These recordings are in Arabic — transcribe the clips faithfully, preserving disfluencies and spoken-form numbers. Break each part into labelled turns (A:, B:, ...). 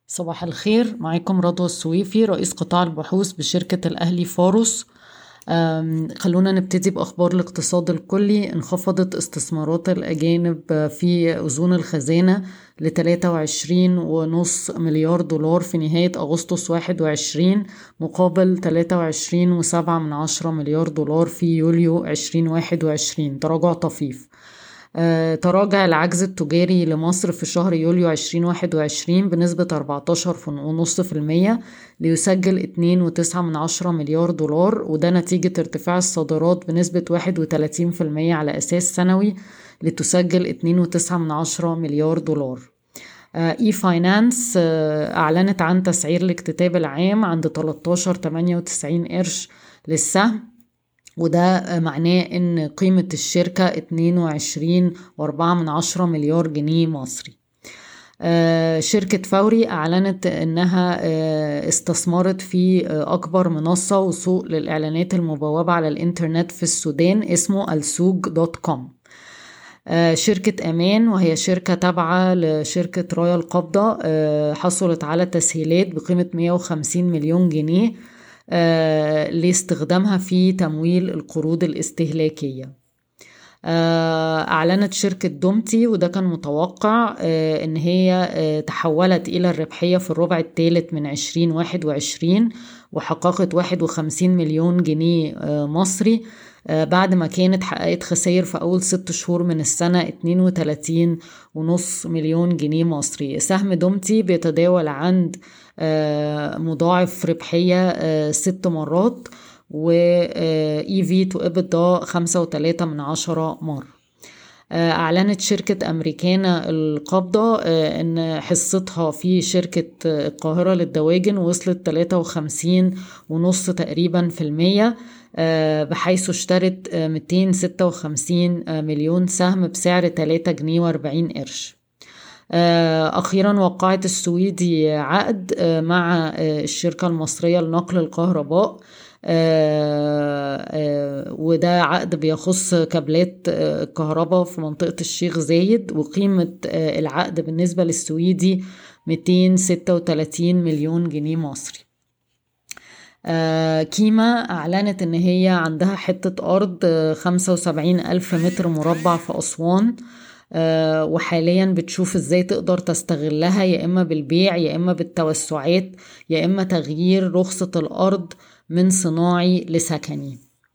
A: صباح الخير، معاكم رضوى السويفي رئيس قطاع البحوث بشركة الأهلي فاروس. أم، خلونا نبتدي بأخبار الاقتصاد الكلي. انخفضت استثمارات الأجانب في أذون الخزانة لتلاتة وعشرين ونص مليار دولار في نهاية أغسطس واحد وعشرين، مقابل تلاتة وعشرين وسبعة من عشرة مليار دولار في يوليو عشرين واحد وعشرين، تراجع طفيف. آه، تراجع العجز التجاري لمصر في شهر يوليو عشرين واحد وعشرين بنسبة أربعتاشر فاصلة خمسة في المية ليسجل اتنين وتسعة من عشرة مليار دولار، وده نتيجة ارتفاع الصادرات بنسبة واحد وتلاتين في المية على أساس سنوي لتسجل اتنين وتسعة من عشرة مليار دولار. اي فاينانس اعلنت عن تسعير الاكتتاب العام عند تلتاشر تمانية وتسعين قرش للسهم، وده معناه ان قيمة الشركة اتنين وعشرين واربعة من عشرة مليار جنيه مصري. آه، شركة فوري أعلنت أنها آه، استثمرت في آه، أكبر منصة وسوق للإعلانات المبوبة على الإنترنت في السودان اسمه السوق دوت كوم. آه، شركة أمان، وهي شركة تابعة لشركة رايا القبضة، آه، حصلت على تسهيلات بقيمة مية وخمسين مليون جنيه آه، لاستخدامها في تمويل القروض الاستهلاكية. آه، أعلنت شركة دومتي، وده كان متوقع، آه، إن هي آه، تحولت إلى الربحية في الربع الثالث من عشرين واحد وعشرين، وحققت واحد وخمسين مليون جنيه آه، مصري، آه، بعد ما كانت حققت خسائر في أول ست شهور من السنة اتنين وتلاتين ونص مليون جنيه مصري. سهم دومتي بيتداول عند آه، مضاعف ربحية آه، ست مرات، و اي في تو EBITDA خمسة وتلاتة من عشرة مرة. آه، أعلنت شركة أمريكانا القابضة آه، أن حصتها في شركة آه، القاهرة للدواجن وصلت تلاتة وخمسين ونص تقريبا في المية، آه، بحيث اشترت آه، ميتين ستة وخمسين آه، مليون سهم بسعر تلاتة جنيه واربعين قرش. آه، أخيرا وقعت السويدي عقد آه، مع آه، الشركة المصرية لنقل الكهرباء، آه، آه، وده عقد بيخص كابلات آه، الكهرباء في منطقة الشيخ زايد، وقيمة آه، العقد بالنسبة للسويدي ميتين ستة وتلاتين مليون جنيه مصري. آه، كيما أعلنت إن هي عندها حتة أرض آه، خمسة وسبعين ألف متر مربع في أسوان، آه، وحاليا بتشوف ازاي تقدر تستغلها، يا إما بالبيع يا إما بالتوسعات يا إما تغيير رخصة الأرض من صناعي لسكني.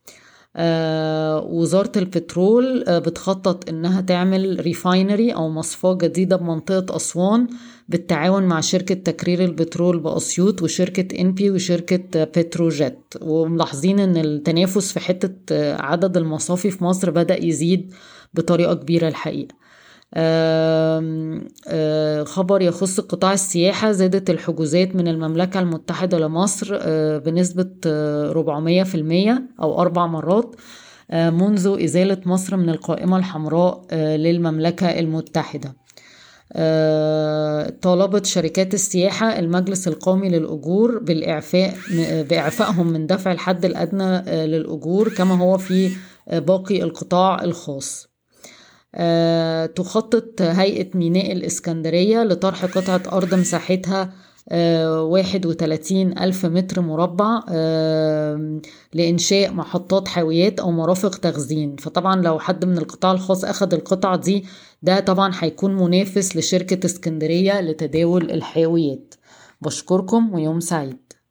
A: آه، وزارة البترول آه، بتخطط انها تعمل ريفاينري او مصفاة جديدة بمنطقة اسوان بالتعاون مع شركة تكرير البترول بأسيوط وشركة انبي وشركة آه، بتروجيت. وملاحظين ان التنافس في حتة آه، عدد المصافي في مصر بدأ يزيد بطريقة كبيرة الحقيقة. آم، آه، خبر يخص قطاع السياحة: زادت الحجوزات من المملكة المتحدة لمصر آه، بنسبة آه، أربعمية في المية أو أربع مرات آه، منذ إزالة مصر من القائمة الحمراء آه، للمملكة المتحدة. آه، طالبت شركات السياحة المجلس القومي للأجور بالإعفاء بإعفائهم من دفع الحد الأدنى آه، للأجور كما هو في آه، باقي القطاع الخاص. آه، تخطط هيئة ميناء الإسكندرية لطرح قطعة أرض مساحتها آه، واحد وتلاتين ألف متر مربع آه، لإنشاء محطات حاويات أو مرافق تخزين. فطبعا لو حد من القطاع الخاص أخذ القطعة دي، ده طبعا هيكون منافس لشركة اسكندرية لتداول الحاويات. بشكركم ويوم سعيد.